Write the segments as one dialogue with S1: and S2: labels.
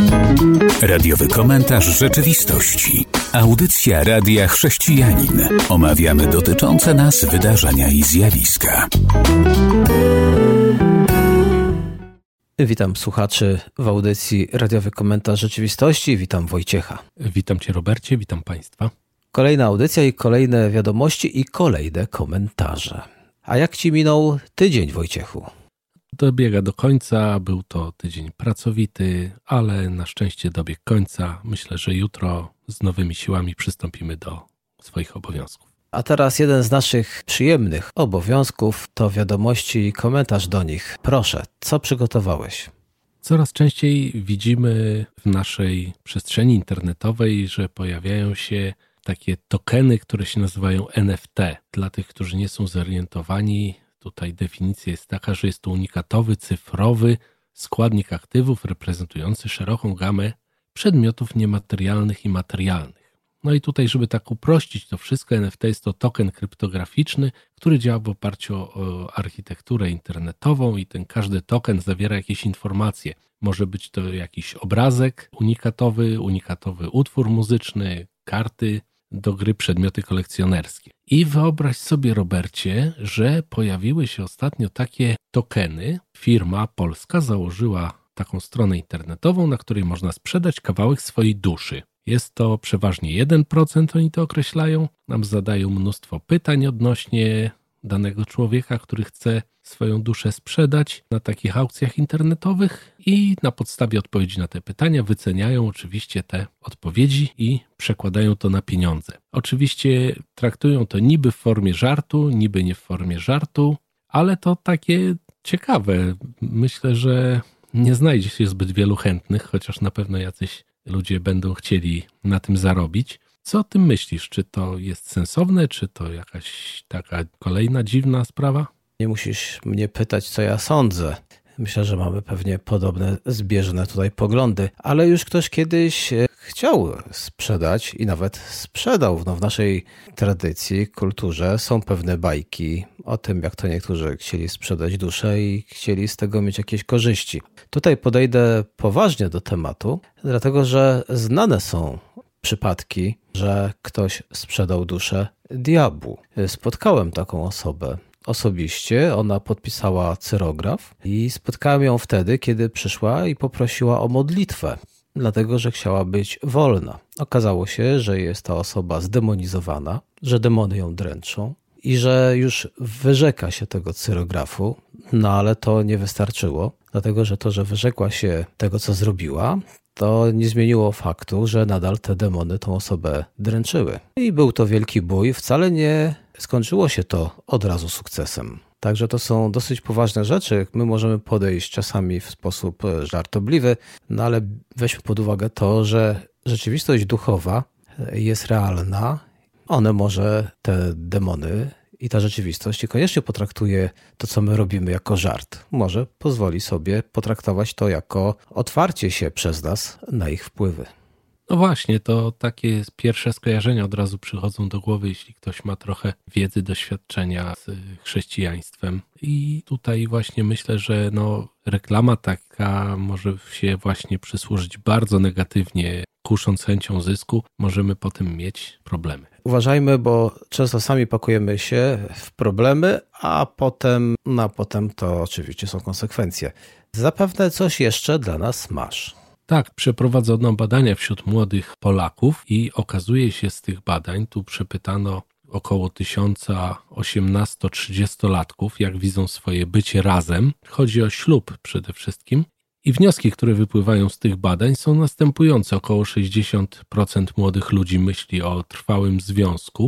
S1: Radiowy komentarz rzeczywistości. Audycja Radia Chrześcijanin. Omawiamy dotyczące nas wydarzenia i zjawiska.
S2: Witam słuchaczy w audycji Radiowy komentarz rzeczywistości. Witam Wojciecha.
S3: Witam Cię, Robercie, witam Państwa.
S2: Kolejna audycja i kolejne wiadomości i kolejne komentarze. A jak Ci minął tydzień, Wojciechu?
S3: Dobiega do końca, był to tydzień pracowity, ale na szczęście dobiegł końca. Myślę, że jutro z nowymi siłami przystąpimy do swoich obowiązków.
S2: A teraz jeden z naszych przyjemnych obowiązków to wiadomości i komentarz do nich. Proszę, co przygotowałeś?
S3: Coraz częściej widzimy w naszej przestrzeni internetowej, że pojawiają się takie tokeny, które się nazywają NFT. Dla tych, którzy nie są zorientowani, tutaj definicja jest taka, że jest to unikatowy, cyfrowy składnik aktywów reprezentujący szeroką gamę przedmiotów niematerialnych i materialnych. No i tutaj, żeby tak uprościć to wszystko, NFT jest to token kryptograficzny, który działa w oparciu o architekturę internetową i ten każdy token zawiera jakieś informacje. Może być to jakiś obrazek unikatowy utwór muzyczny, karty do gry, przedmioty kolekcjonerskie. I wyobraź sobie, Robercie, że pojawiły się ostatnio takie tokeny. Firma polska założyła taką stronę internetową, na której można sprzedać kawałek swojej duszy. Jest to przeważnie 1%, oni to określają. Nam zadają mnóstwo pytań odnośnie danego człowieka, który chce swoją duszę sprzedać na takich aukcjach internetowych i na podstawie odpowiedzi na te pytania wyceniają oczywiście te odpowiedzi i przekładają to na pieniądze. Oczywiście traktują to niby w formie żartu, niby nie w formie żartu, ale to takie ciekawe. Myślę, że nie znajdzie się zbyt wielu chętnych, chociaż na pewno jacyś ludzie będą chcieli na tym zarobić. Co o tym myślisz? Czy to jest sensowne, czy to jakaś taka kolejna dziwna sprawa?
S2: Nie musisz mnie pytać, co ja sądzę. Myślę, że mamy pewnie podobne, zbieżne tutaj poglądy, ale już ktoś kiedyś chciał sprzedać i nawet sprzedał. W naszej tradycji, kulturze są pewne bajki o tym, jak to niektórzy chcieli sprzedać duszę i chcieli z tego mieć jakieś korzyści. Tutaj podejdę poważnie do tematu, dlatego że znane są przypadki, że ktoś sprzedał duszę diabłu. Spotkałem taką osobę osobiście, ona podpisała cyrograf i spotkałem ją wtedy, kiedy przyszła i poprosiła o modlitwę, dlatego że chciała być wolna. Okazało się, że jest ta osoba zdemonizowana, że demony ją dręczą i że już wyrzeka się tego cyrografu, no ale to nie wystarczyło, dlatego że to, że wyrzekła się tego, co zrobiła, to nie zmieniło faktu, że nadal te demony tą osobę dręczyły. I był to wielki bój, wcale nie skończyło się to od razu sukcesem. Także to są dosyć poważne rzeczy. My możemy podejść czasami w sposób żartobliwy, no ale weźmy pod uwagę to, że rzeczywistość duchowa jest realna. One może, te demony i ta rzeczywistość niekoniecznie potraktuje to, co my robimy, jako żart. Może pozwoli sobie potraktować to jako otwarcie się przez nas na ich wpływy.
S3: No właśnie, to takie pierwsze skojarzenia od razu przychodzą do głowy, jeśli ktoś ma trochę wiedzy, doświadczenia z chrześcijaństwem. I tutaj właśnie myślę, że reklama taka może się właśnie przysłużyć bardzo negatywnie, kusząc chęcią zysku, możemy potem mieć problemy.
S2: Uważajmy, bo często sami pakujemy się w problemy, a potem to oczywiście są konsekwencje. Zapewne coś jeszcze dla nas masz.
S3: Tak, przeprowadzono badania wśród młodych Polaków i okazuje się z tych badań, tu przepytano około 1000 18-30-latków, jak widzą swoje bycie razem. Chodzi o ślub przede wszystkim. I wnioski, które wypływają z tych badań, są następujące. Około 60% młodych ludzi myśli o trwałym związku,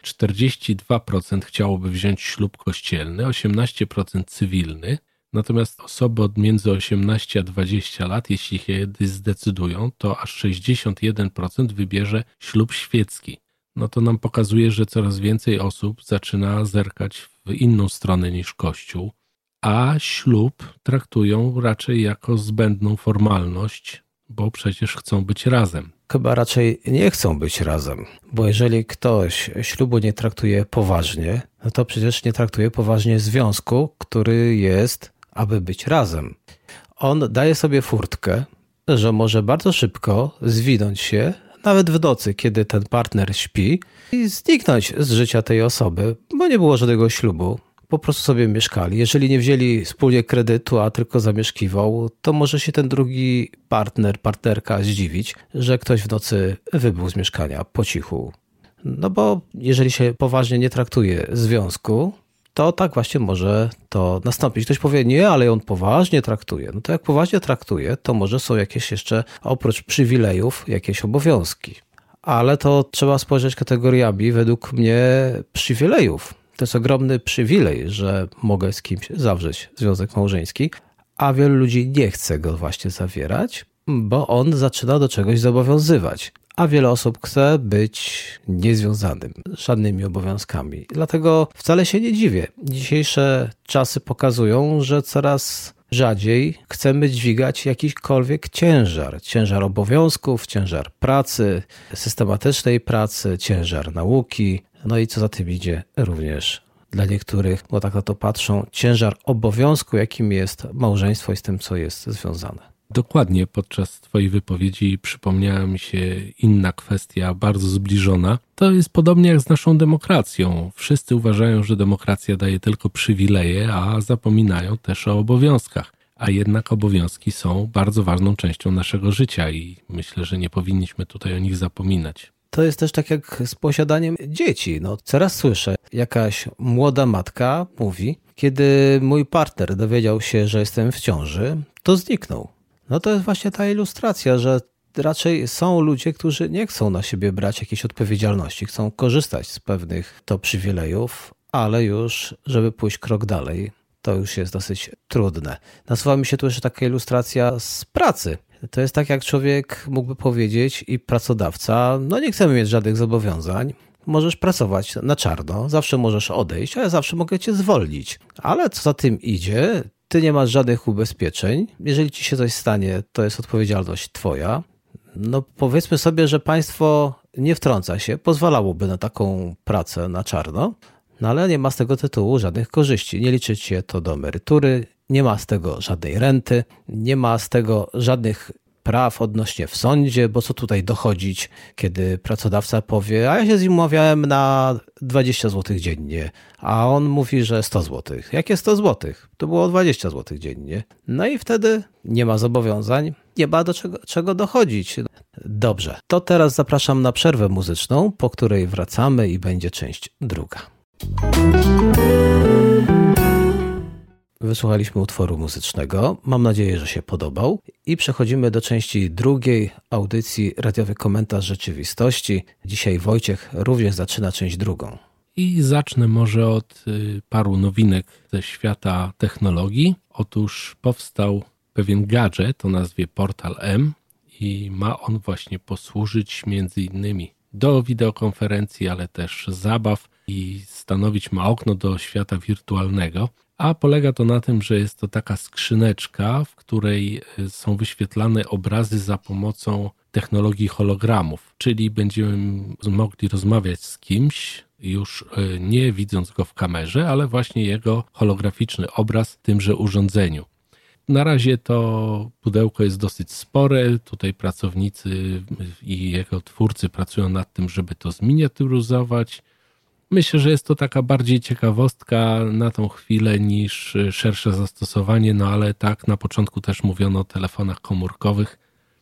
S3: 42% chciałoby wziąć ślub kościelny, 18% cywilny. Natomiast osoby od między 18 a 20 lat, jeśli kiedy zdecydują, to aż 61% wybierze ślub świecki. No to nam pokazuje, że coraz więcej osób zaczyna zerkać w inną stronę niż Kościół, a ślub traktują raczej jako zbędną formalność, bo przecież chcą być razem.
S2: Chyba raczej nie chcą być razem, bo jeżeli ktoś ślubu nie traktuje poważnie, no to przecież nie traktuje poważnie związku, który jest, aby być razem. On daje sobie furtkę, że może bardzo szybko zwinąć się, nawet w nocy, kiedy ten partner śpi, i zniknąć z życia tej osoby, bo nie było żadnego ślubu. Po prostu sobie mieszkali. Jeżeli nie wzięli wspólnie kredytu, a tylko zamieszkiwał, to może się ten drugi partnerka zdziwić, że ktoś w nocy wybył z mieszkania po cichu. No bo jeżeli się poważnie nie traktuje związku, to tak właśnie może to nastąpić. Ktoś powie, nie, ale on poważnie traktuje. No to jak poważnie traktuje, to może są jakieś jeszcze, oprócz przywilejów, jakieś obowiązki. Ale to trzeba spojrzeć kategoriami według mnie przywilejów. To jest ogromny przywilej, że mogę z kimś zawrzeć związek małżeński, a wielu ludzi nie chce go właśnie zawierać, bo on zaczyna do czegoś zobowiązywać. A wiele osób chce być niezwiązanym żadnymi obowiązkami. Dlatego wcale się nie dziwię. Dzisiejsze czasy pokazują, że coraz rzadziej chcemy dźwigać jakikolwiek ciężar. Ciężar obowiązków, ciężar pracy, systematycznej pracy, ciężar nauki. No i co za tym idzie również dla niektórych, bo tak na to patrzą, ciężar obowiązku, jakim jest małżeństwo i z tym, co jest związane.
S3: Dokładnie, podczas twojej wypowiedzi przypomniała mi się inna kwestia, bardzo zbliżona. To jest podobnie jak z naszą demokracją. Wszyscy uważają, że demokracja daje tylko przywileje, a zapominają też o obowiązkach. A jednak obowiązki są bardzo ważną częścią naszego życia i myślę, że nie powinniśmy tutaj o nich zapominać.
S2: To jest też tak jak z posiadaniem dzieci. No, coraz słyszę, jakaś młoda matka mówi, kiedy mój partner dowiedział się, że jestem w ciąży, to zniknął. No to jest właśnie ta ilustracja, że raczej są ludzie, którzy nie chcą na siebie brać jakiejś odpowiedzialności, chcą korzystać z pewnych to przywilejów, ale już, żeby pójść krok dalej, to już jest dosyć trudne. Nasuwa mi się tu jeszcze taka ilustracja z pracy. To jest tak, jak człowiek mógłby powiedzieć i pracodawca, no nie chcemy mieć żadnych zobowiązań, możesz pracować na czarno, zawsze możesz odejść, ale zawsze mogę cię zwolnić. Ale co za tym idzie, ty nie masz żadnych ubezpieczeń. Jeżeli ci się coś stanie, to jest odpowiedzialność twoja. No powiedzmy sobie, że państwo nie wtrąca się, pozwalałoby na taką pracę na czarno, no ale nie ma z tego tytułu żadnych korzyści. Nie liczy się to do emerytury, nie ma z tego żadnej renty, nie ma z tego żadnych praw odnośnie w sądzie, bo co tutaj dochodzić, kiedy pracodawca powie, a ja się z nim umawiałem na 20 zł dziennie, a on mówi, że 100 zł. Jakie 100 zł? To było 20 zł dziennie. No i wtedy nie ma zobowiązań, nie ma do czego dochodzić. Dobrze, to teraz zapraszam na przerwę muzyczną, po której wracamy i będzie część druga. Wysłuchaliśmy utworu muzycznego. Mam nadzieję, że się podobał. I przechodzimy do części drugiej audycji Radiowy Komentarz Rzeczywistości. Dzisiaj Wojciech również zaczyna część drugą.
S3: I zacznę może od paru nowinek ze świata technologii. Otóż powstał pewien gadżet o nazwie Portal M i ma on właśnie posłużyć między innymi do wideokonferencji, ale też zabaw i stanowić ma okno do świata wirtualnego. A polega to na tym, że jest to taka skrzyneczka, w której są wyświetlane obrazy za pomocą technologii hologramów, czyli będziemy mogli rozmawiać z kimś, już nie widząc go w kamerze, ale właśnie jego holograficzny obraz w tymże urządzeniu. Na razie to pudełko jest dosyć spore, tutaj pracownicy i jego twórcy pracują nad tym, żeby to zminiaturyzować. Myślę, że jest to taka bardziej ciekawostka na tą chwilę niż szersze zastosowanie, no ale tak na początku też mówiono o telefonach komórkowych,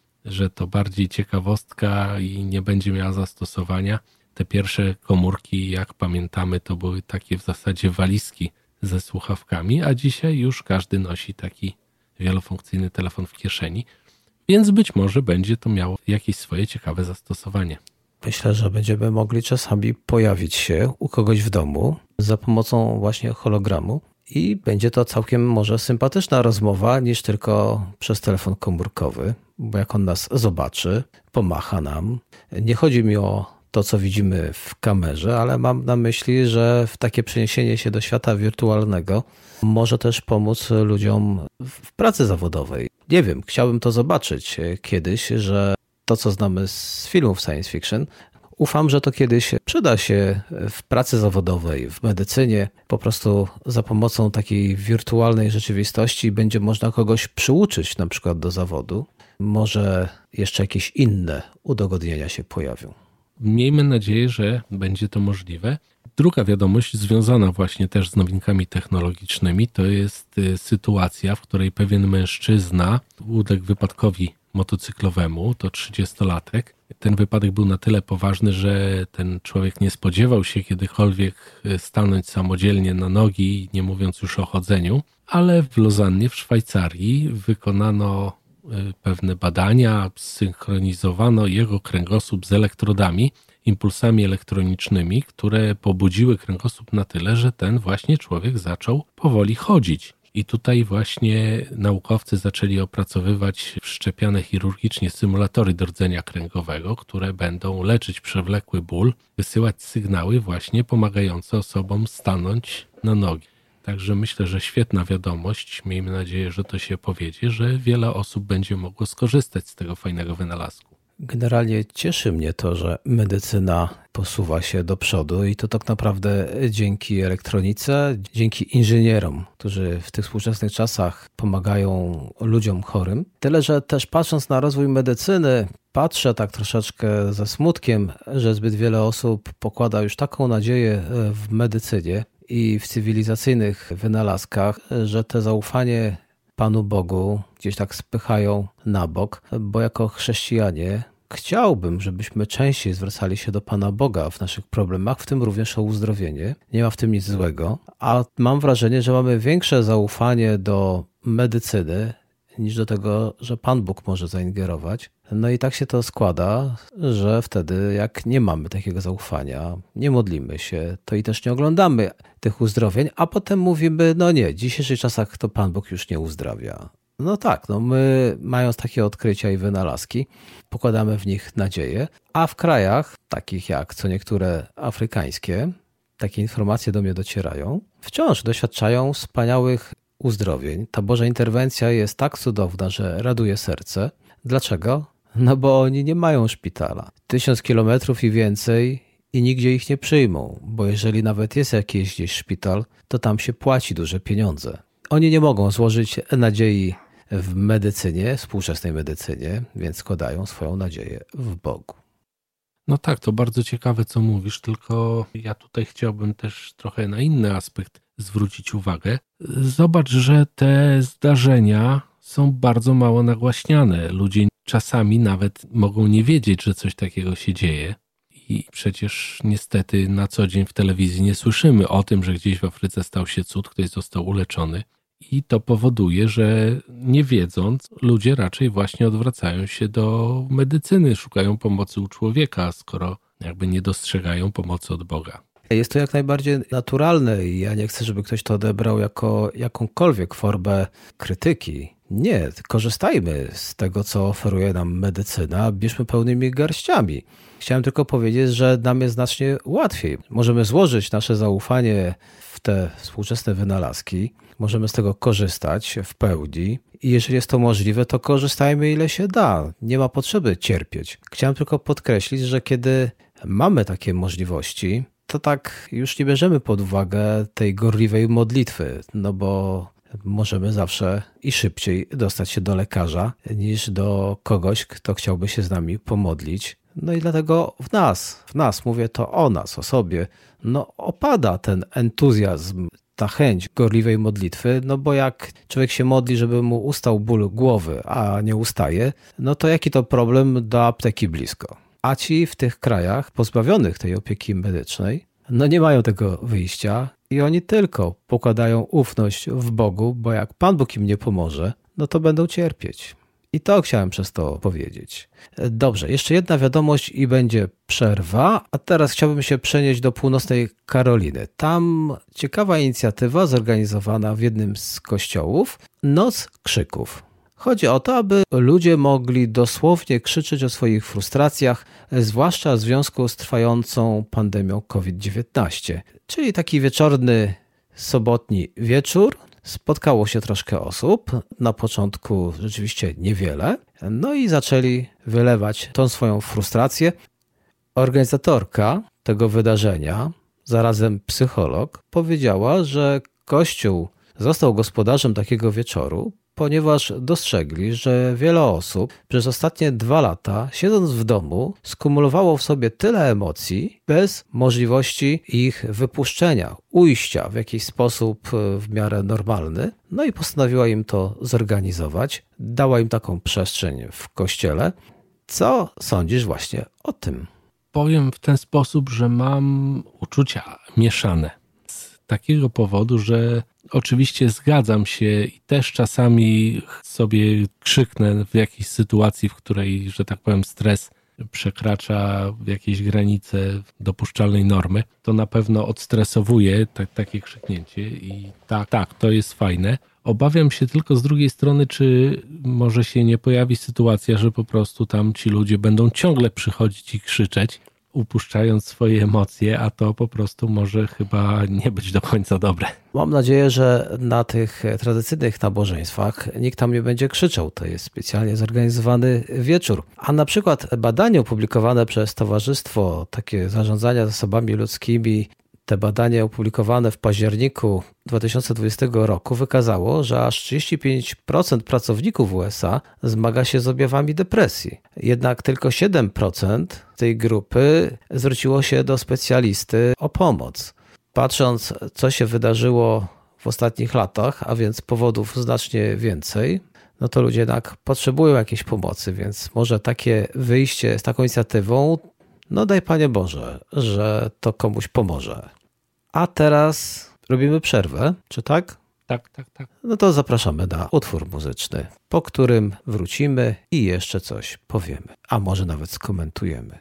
S3: że to bardziej ciekawostka i nie będzie miała zastosowania. Te pierwsze komórki, jak pamiętamy, to były takie w zasadzie walizki ze słuchawkami, a dzisiaj już każdy nosi taki wielofunkcyjny telefon w kieszeni, więc być może będzie to miało jakieś swoje ciekawe zastosowanie.
S2: Myślę, że będziemy mogli czasami pojawić się u kogoś w domu za pomocą właśnie hologramu i będzie to całkiem może sympatyczna rozmowa niż tylko przez telefon komórkowy, bo jak on nas zobaczy, pomacha nam. Nie chodzi mi o to, co widzimy w kamerze, ale mam na myśli, że w takie przeniesienie się do świata wirtualnego może też pomóc ludziom w pracy zawodowej. Nie wiem, chciałbym to zobaczyć kiedyś, że to, co znamy z filmów science fiction, ufam, że to kiedyś przyda się w pracy zawodowej, w medycynie. Po prostu za pomocą takiej wirtualnej rzeczywistości będzie można kogoś przyuczyć na przykład do zawodu. może jeszcze jakieś inne udogodnienia się pojawią.
S3: Miejmy nadzieję, że będzie to możliwe. Druga wiadomość związana właśnie też z nowinkami technologicznymi to jest sytuacja, w której pewien mężczyzna uległ wypadkowi motocyklowemu, to 30-latek. Ten wypadek był na tyle poważny, że ten człowiek nie spodziewał się kiedykolwiek stanąć samodzielnie na nogi, nie mówiąc już o chodzeniu, ale w Lozannie w Szwajcarii wykonano pewne badania, zsynchronizowano jego kręgosłup z elektrodami, impulsami elektronicznymi, które pobudziły kręgosłup na tyle, że ten właśnie człowiek zaczął powoli chodzić. I tutaj właśnie naukowcy zaczęli opracowywać wszczepiane chirurgicznie symulatory do rdzenia kręgowego, które będą leczyć przewlekły ból, wysyłać sygnały właśnie pomagające osobom stanąć na nogi. Także myślę, że świetna wiadomość, miejmy nadzieję, że to się powiedzie, że wiele osób będzie mogło skorzystać z tego fajnego wynalazku.
S2: Generalnie cieszy mnie to, że medycyna posuwa się do przodu i to tak naprawdę dzięki elektronice, dzięki inżynierom, którzy w tych współczesnych czasach pomagają ludziom chorym. Tyle, że też patrząc na rozwój medycyny, patrzę tak troszeczkę ze smutkiem, że zbyt wiele osób pokłada już taką nadzieję w medycynie i w cywilizacyjnych wynalazkach, że te zaufanie Panu Bogu gdzieś tak spychają na bok, bo jako chrześcijanie chciałbym, żebyśmy częściej zwracali się do Pana Boga w naszych problemach, w tym również o uzdrowienie. Nie ma w tym nic złego, a mam wrażenie, że mamy większe zaufanie do medycyny niż do tego, że Pan Bóg może zaingerować. No i tak się to składa, że wtedy jak nie mamy takiego zaufania, nie modlimy się, to i też nie oglądamy tych uzdrowień, a potem mówimy, no nie, w dzisiejszych czasach to Pan Bóg już nie uzdrawia. No tak, no my mając takie odkrycia i wynalazki, pokładamy w nich nadzieję, a w krajach takich jak co niektóre afrykańskie, takie informacje do mnie docierają, wciąż doświadczają wspaniałych uzdrowień. Ta Boża interwencja jest tak cudowna, że raduje serce. Dlaczego? No bo oni nie mają szpitala. 1000 kilometrów i więcej i nigdzie ich nie przyjmą, bo jeżeli nawet jest jakiś gdzieś szpital, to tam się płaci duże pieniądze. Oni nie mogą złożyć nadziei w medycynie, współczesnej medycynie, więc składają swoją nadzieję w Bogu.
S3: No tak, to bardzo ciekawe, co mówisz, tylko ja tutaj chciałbym też trochę na inny aspekt zwrócić uwagę. Zobacz, że te zdarzenia są bardzo mało nagłaśniane. Ludzie czasami nawet mogą nie wiedzieć, że coś takiego się dzieje. I przecież niestety na co dzień w telewizji nie słyszymy o tym, że gdzieś w Afryce stał się cud, ktoś został uleczony. I to powoduje, że nie wiedząc, ludzie raczej właśnie odwracają się do medycyny, szukają pomocy u człowieka, skoro jakby nie dostrzegają pomocy od Boga.
S2: Jest to jak najbardziej naturalne i ja nie chcę, żeby ktoś to odebrał jako jakąkolwiek formę krytyki. Nie, korzystajmy z tego, co oferuje nam medycyna, bierzmy pełnymi garściami. Chciałem tylko powiedzieć, że nam jest znacznie łatwiej. Możemy złożyć nasze zaufanie w te współczesne wynalazki, możemy z tego korzystać w pełni i jeżeli jest to możliwe, to korzystajmy ile się da. Nie ma potrzeby cierpieć. Chciałem tylko podkreślić, że kiedy mamy takie możliwości, to tak już nie bierzemy pod uwagę tej gorliwej modlitwy, no bo możemy zawsze i szybciej dostać się do lekarza niż do kogoś, kto chciałby się z nami pomodlić. No i dlatego w nas, mówię to o nas, o sobie, no opada ten entuzjazm, ta chęć gorliwej modlitwy, no bo jak człowiek się modli, żeby mu ustał ból głowy, a nie ustaje, no to jaki to problem do apteki blisko. A ci w tych krajach pozbawionych tej opieki medycznej, no nie mają tego wyjścia i oni tylko pokładają ufność w Bogu, bo jak Pan Bóg im nie pomoże, no to będą cierpieć. I to chciałem przez to powiedzieć. Dobrze, jeszcze jedna wiadomość i będzie przerwa, a teraz chciałbym się przenieść do północnej Karoliny. Tam ciekawa inicjatywa zorganizowana w jednym z kościołów, Noc Krzyków. Chodzi o to, aby ludzie mogli dosłownie krzyczeć o swoich frustracjach, zwłaszcza w związku z trwającą pandemią COVID-19. Czyli taki wieczorny, sobotni wieczór. Spotkało się troszkę osób, na początku rzeczywiście niewiele, no i zaczęli wylewać tą swoją frustrację. Organizatorka tego wydarzenia, zarazem psycholog, powiedziała, że Kościół został gospodarzem takiego wieczoru, ponieważ dostrzegli, że wiele osób przez ostatnie 2 lata, siedząc w domu, skumulowało w sobie tyle emocji bez możliwości ich wypuszczenia, ujścia w jakiś sposób w miarę normalny. No i postanowiła im to zorganizować, dała im taką przestrzeń w kościele. Co sądzisz właśnie o tym?
S3: Powiem w ten sposób, że mam uczucia mieszane. Z takiego powodu, że oczywiście zgadzam się i też czasami sobie krzyknę w jakiejś sytuacji, w której, że tak powiem, stres przekracza jakieś granice dopuszczalnej normy. To na pewno odstresowuje takie krzyknięcie i tak, to jest fajne. Obawiam się tylko z drugiej strony, czy może się nie pojawi sytuacja, że po prostu tam ci ludzie będą ciągle przychodzić i krzyczeć, upuszczając swoje emocje, a to po prostu może chyba nie być do końca dobre.
S2: Mam nadzieję, że na tych tradycyjnych nabożeństwach nikt tam nie będzie krzyczał. To jest specjalnie zorganizowany wieczór. A na przykład badanie opublikowane przez Towarzystwo takie Zarządzania Zasobami Ludzkimi, te badanie opublikowane w październiku 2020 roku wykazało, że aż 35% pracowników USA zmaga się z objawami depresji. Jednak tylko 7% tej grupy zwróciło się do specjalisty o pomoc. Patrząc, co się wydarzyło w ostatnich latach, a więc powodów znacznie więcej, no to ludzie jednak potrzebują jakiejś pomocy, więc może takie wyjście z taką inicjatywą, no daj Panie Boże, że to komuś pomoże. A teraz robimy przerwę, czy tak?
S3: Tak.
S2: No to zapraszamy na utwór muzyczny, po którym wrócimy i jeszcze coś powiemy, a może nawet skomentujemy.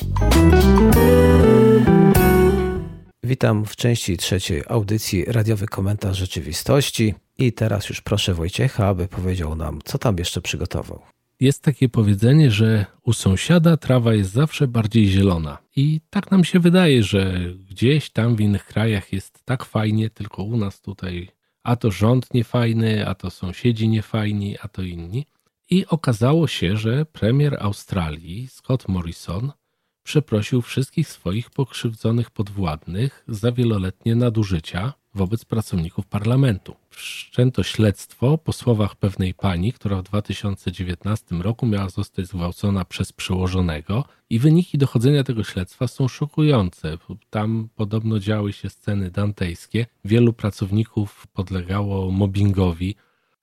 S2: Witam w części 3 audycji Radiowy Komentarz Rzeczywistości i teraz już proszę Wojciecha, aby powiedział nam, co tam jeszcze przygotował.
S3: Jest takie powiedzenie, że u sąsiada trawa jest zawsze bardziej zielona. I tak nam się wydaje, że gdzieś tam w innych krajach jest tak fajnie, tylko u nas tutaj a to rząd niefajny, a to sąsiedzi niefajni, a to inni. I okazało się, że premier Australii, Scott Morrison, przeprosił wszystkich swoich pokrzywdzonych podwładnych za wieloletnie nadużycia wobec pracowników parlamentu. Wszczęto śledztwo po słowach pewnej pani, która w 2019 roku miała zostać zgwałcona przez przełożonego i wyniki dochodzenia tego śledztwa są szokujące. Tam podobno działy się sceny dantejskie. Wielu pracowników podlegało mobbingowi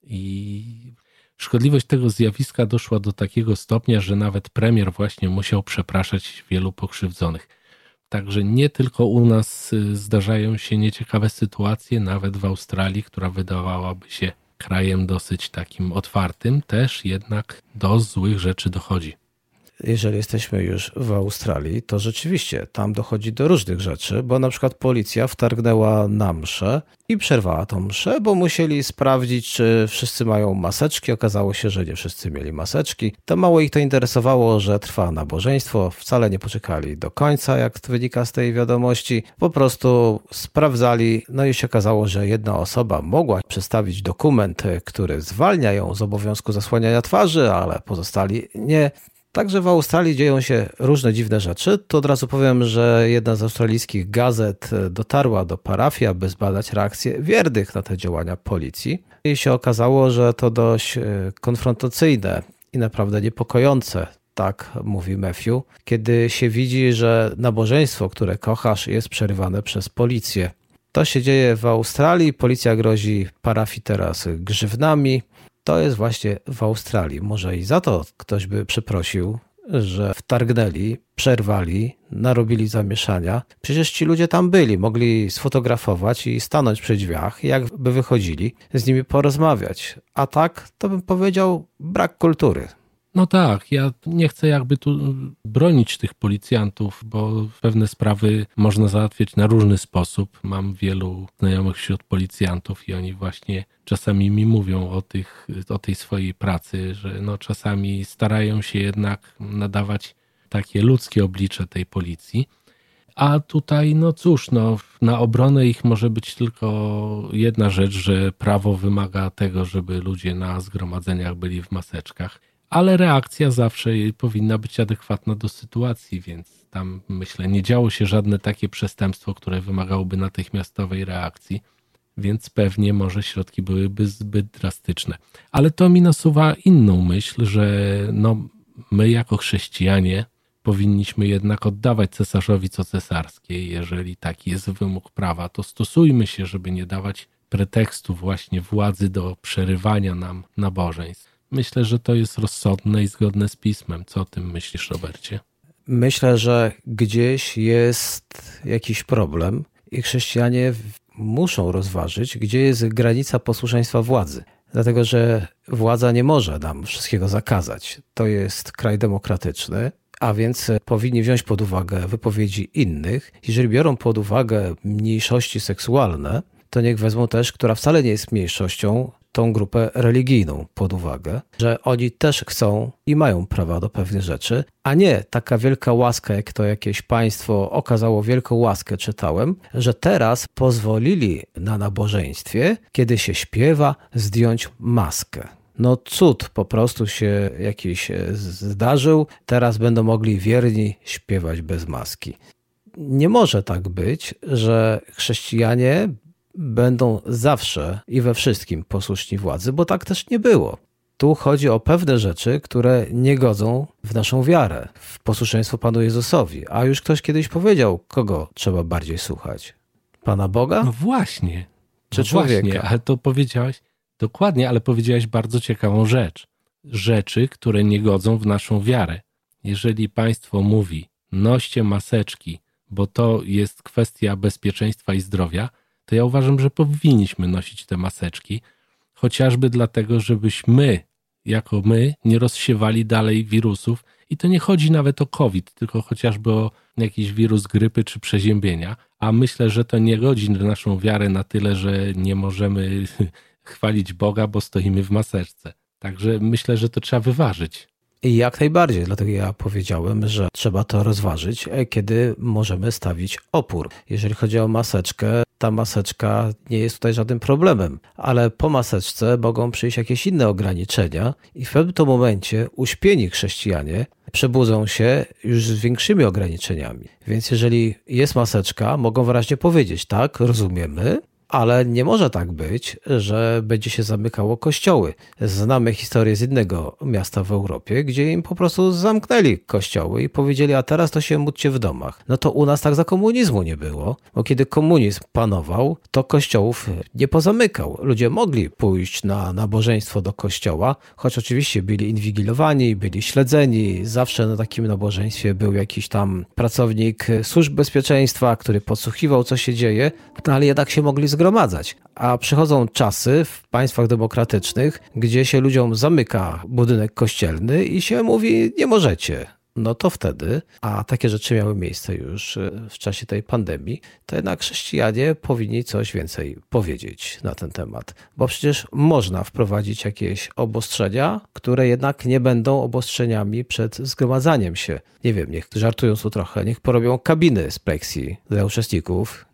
S3: i szkodliwość tego zjawiska doszła do takiego stopnia, że nawet premier właśnie musiał przepraszać wielu pokrzywdzonych. Także nie tylko u nas zdarzają się nieciekawe sytuacje, nawet w Australii, która wydawałaby się krajem dosyć takim otwartym, też jednak do złych rzeczy dochodzi.
S2: Jeżeli jesteśmy już w Australii, to rzeczywiście tam dochodzi do różnych rzeczy, bo na przykład policja wtargnęła na mszę i przerwała tą mszę, bo musieli sprawdzić, czy wszyscy mają maseczki. Okazało się, że nie wszyscy mieli maseczki. To mało ich to interesowało, że trwa nabożeństwo. Wcale nie poczekali do końca, jak wynika z tej wiadomości. Po prostu sprawdzali, no i się okazało, że jedna osoba mogła przedstawić dokument, który zwalnia ją z obowiązku zasłaniania twarzy, ale pozostali nie. Także w Australii dzieją się różne dziwne rzeczy. To od razu powiem, że jedna z australijskich gazet dotarła do parafii, aby zbadać reakcję wiernych na te działania policji. I się okazało, że to dość konfrontacyjne i naprawdę niepokojące, tak mówi Matthew, kiedy się widzi, że nabożeństwo, które kochasz, jest przerywane przez policję. To się dzieje w Australii, policja grozi parafii teraz grzywnami. To jest właśnie w Australii. Może i za to ktoś by przeprosił, że wtargnęli, przerwali, narobili zamieszania. Przecież ci ludzie tam byli, mogli sfotografować i stanąć przy drzwiach, jakby wychodzili, z nimi porozmawiać. A tak, to bym powiedział, brak kultury.
S3: No tak, ja nie chcę jakby tu bronić tych policjantów, bo pewne sprawy można załatwiać na różny sposób. Mam wielu znajomych wśród policjantów i oni właśnie czasami mi mówią o tej swojej pracy, że no czasami starają się jednak nadawać takie ludzkie oblicze tej policji. A tutaj, no cóż, na obronę ich może być tylko jedna rzecz, że prawo wymaga tego, żeby ludzie na zgromadzeniach byli w maseczkach. Ale reakcja zawsze powinna być adekwatna do sytuacji, więc tam myślę nie działo się żadne takie przestępstwo, które wymagałoby natychmiastowej reakcji. więc pewnie może środki byłyby zbyt drastyczne. Ale to mi nasuwa inną myśl, że my jako chrześcijanie powinniśmy jednak oddawać cesarzowi co cesarskie. Jeżeli taki jest wymóg prawa, to stosujmy się, żeby nie dawać pretekstu właśnie władzy do przerywania nam nabożeństw. Myślę, że to jest rozsądne i zgodne z Pismem. Co o tym myślisz, Robercie?
S2: Myślę, że gdzieś jest jakiś problem i chrześcijanie muszą rozważyć, gdzie jest granica posłuszeństwa władzy. Dlatego, że władza nie może nam wszystkiego zakazać. To jest kraj demokratyczny, a więc powinni wziąć pod uwagę wypowiedzi innych. Jeżeli biorą pod uwagę mniejszości seksualne, to niech wezmą też, która wcale nie jest mniejszością, tą grupę religijną pod uwagę, że oni też chcą i mają prawa do pewnych rzeczy, a nie taka wielka łaska, jak to jakieś państwo okazało wielką łaskę, czytałem, że teraz pozwolili na nabożeństwie, kiedy się śpiewa, zdjąć maskę. No cud po prostu się jakiś zdarzył, teraz będą mogli wierni śpiewać bez maski. Nie może tak być, że chrześcijanie będą zawsze i we wszystkim posłuszni władzy, bo tak też nie było. Tu chodzi o pewne rzeczy, które nie godzą w naszą wiarę, w posłuszeństwo Panu Jezusowi. A już ktoś kiedyś powiedział, kogo trzeba bardziej słuchać? Pana Boga?
S3: No właśnie.
S2: Czy człowieka?
S3: Właśnie, ale to powiedziałeś, dokładnie, ale powiedziałeś bardzo ciekawą rzecz. Rzeczy, które nie godzą w naszą wiarę. Jeżeli państwo mówi, noście maseczki, bo to jest kwestia bezpieczeństwa i zdrowia, to ja uważam, że powinniśmy nosić te maseczki, chociażby dlatego, żebyśmy, jako my, nie rozsiewali dalej wirusów. I to nie chodzi nawet o COVID, tylko chociażby o jakiś wirus grypy czy przeziębienia. A myślę, że to nie godzi naszą wiarę na tyle, że nie możemy chwalić Boga, bo stoimy w maseczce. Także myślę, że to trzeba wyważyć.
S2: I jak najbardziej, dlatego ja powiedziałem, że trzeba to rozważyć, kiedy możemy stawić opór. Jeżeli chodzi o maseczkę, ta maseczka nie jest tutaj żadnym problemem, ale po maseczce mogą przyjść jakieś inne ograniczenia i w pewnym to momencie uśpieni chrześcijanie przebudzą się już z większymi ograniczeniami. Więc jeżeli jest maseczka, mogą wyraźnie powiedzieć, tak, rozumiemy, ale nie może tak być, że będzie się zamykało kościoły. Znamy historię z innego miasta w Europie, gdzie im po prostu zamknęli kościoły i powiedzieli, a teraz to się módlcie w domach. No to u nas tak za komunizmu nie było, bo kiedy komunizm panował, to kościołów nie pozamykał. Ludzie mogli pójść na nabożeństwo do kościoła, choć oczywiście byli inwigilowani, byli śledzeni. Zawsze na takim nabożeństwie był jakiś pracownik służb bezpieczeństwa, który podsłuchiwał, co się dzieje, no ale jednak się mogli zgromadzać. A przychodzą czasy w państwach demokratycznych, gdzie się ludziom zamyka budynek kościelny i się mówi, nie możecie. No to wtedy, a takie rzeczy miały miejsce już w czasie tej pandemii, to jednak chrześcijanie powinni coś więcej powiedzieć na ten temat. Bo przecież można wprowadzić jakieś obostrzenia, które jednak nie będą obostrzeniami przed zgromadzaniem się. Nie wiem, niech żartując tu trochę, niech porobią kabiny z pleksji dla uczestników.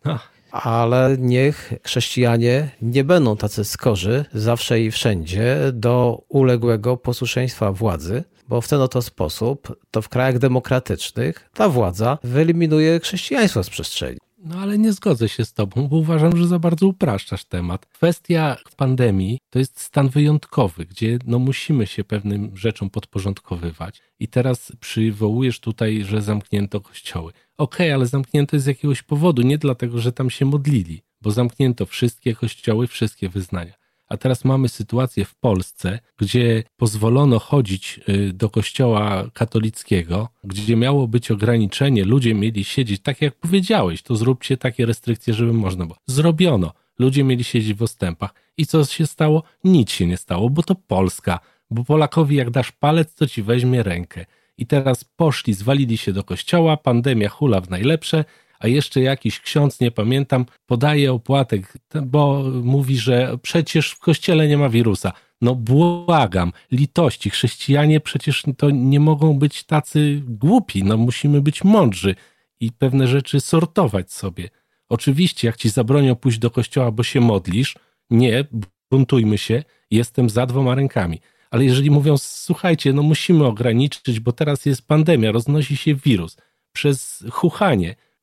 S2: Ale niech chrześcijanie nie będą tacy skorzy zawsze i wszędzie do uległego posłuszeństwa władzy, bo w ten oto sposób to w krajach demokratycznych ta władza wyeliminuje chrześcijaństwo z przestrzeni.
S3: No ale nie zgodzę się z tobą, bo uważam, że za bardzo upraszczasz temat. Kwestia pandemii to jest stan wyjątkowy, gdzie musimy się pewnym rzeczom podporządkowywać. I teraz przywołujesz tutaj, że zamknięto kościoły. Okej, ale zamknięto z jakiegoś powodu, nie dlatego, że tam się modlili, bo zamknięto wszystkie kościoły, wszystkie wyznania. A teraz mamy sytuację w Polsce, gdzie pozwolono chodzić do kościoła katolickiego, gdzie miało być ograniczenie, ludzie mieli siedzieć, tak jak powiedziałeś, to zróbcie takie restrykcje, żeby można było. Zrobiono. Ludzie mieli siedzieć w ostępach. I co się stało? Nic się nie stało, bo to Polska. Bo Polakowi jak dasz palec, to ci weźmie rękę. I teraz poszli, zwalili się do kościoła, pandemia hula w najlepsze, a jeszcze jakiś ksiądz, nie pamiętam, podaje opłatek, bo mówi, że przecież w kościele nie ma wirusa. No błagam, litości, chrześcijanie przecież to nie mogą być tacy głupi, musimy być mądrzy i pewne rzeczy sortować sobie. Oczywiście, jak ci zabronią pójść do kościoła, bo się modlisz, nie, buntujmy się, jestem za 2 rękami. Ale jeżeli mówią, słuchajcie, musimy ograniczyć, bo teraz jest pandemia, roznosi się wirus przez chuchanie,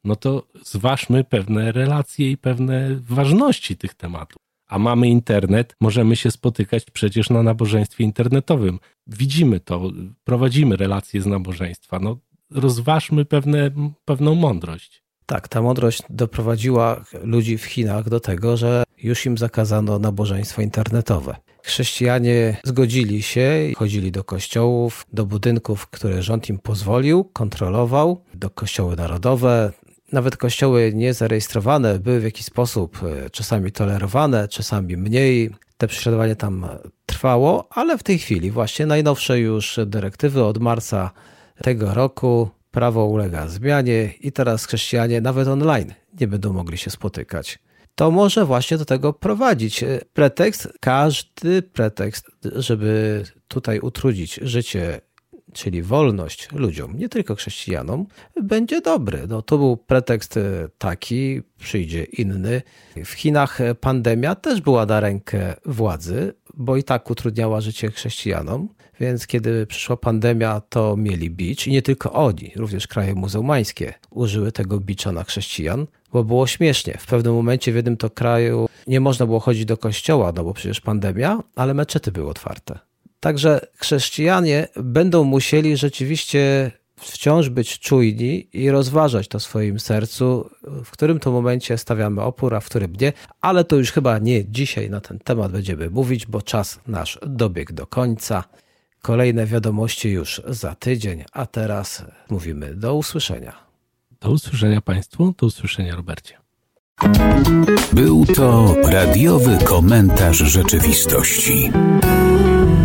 S3: no to zważmy pewne relacje i pewne ważności tych tematów. A mamy internet, możemy się spotykać przecież na nabożeństwie internetowym. Widzimy to, prowadzimy relacje z nabożeństwa. No, rozważmy pewną mądrość.
S2: Tak, ta mądrość doprowadziła ludzi w Chinach do tego, że już im zakazano nabożeństwo internetowe. Chrześcijanie zgodzili się i chodzili do kościołów, do budynków, które rząd im pozwolił, kontrolował, do kościoły narodowe. Nawet kościoły niezarejestrowane były w jakiś sposób czasami tolerowane, czasami mniej. Te prześladowanie tam trwało, ale w tej chwili właśnie najnowsze już dyrektywy od marca tego roku, prawo ulega zmianie i teraz chrześcijanie nawet online nie będą mogli się spotykać. To może właśnie do tego prowadzić. Każdy pretekst, żeby tutaj utrudnić życie, czyli wolność ludziom, nie tylko chrześcijanom, będzie dobry. No, to był pretekst taki, przyjdzie inny. W Chinach pandemia też była na rękę władzy, bo i tak utrudniała życie chrześcijanom, więc kiedy przyszła pandemia, to mieli bicz i nie tylko oni, również kraje muzułmańskie użyły tego bicza na chrześcijan, bo było śmiesznie. W pewnym momencie w jednym to kraju nie można było chodzić do kościoła, no bo przecież pandemia, ale meczety były otwarte. Także chrześcijanie będą musieli rzeczywiście wciąż być czujni i rozważać to w swoim sercu, w którym to momencie stawiamy opór, a w którym nie, ale to już chyba nie dzisiaj na ten temat będziemy mówić, bo czas nasz dobiegł do końca. Kolejne wiadomości już za tydzień, a teraz mówimy do usłyszenia.
S3: Do usłyszenia Państwu, do usłyszenia Robercie.
S1: Był to radiowy komentarz rzeczywistości.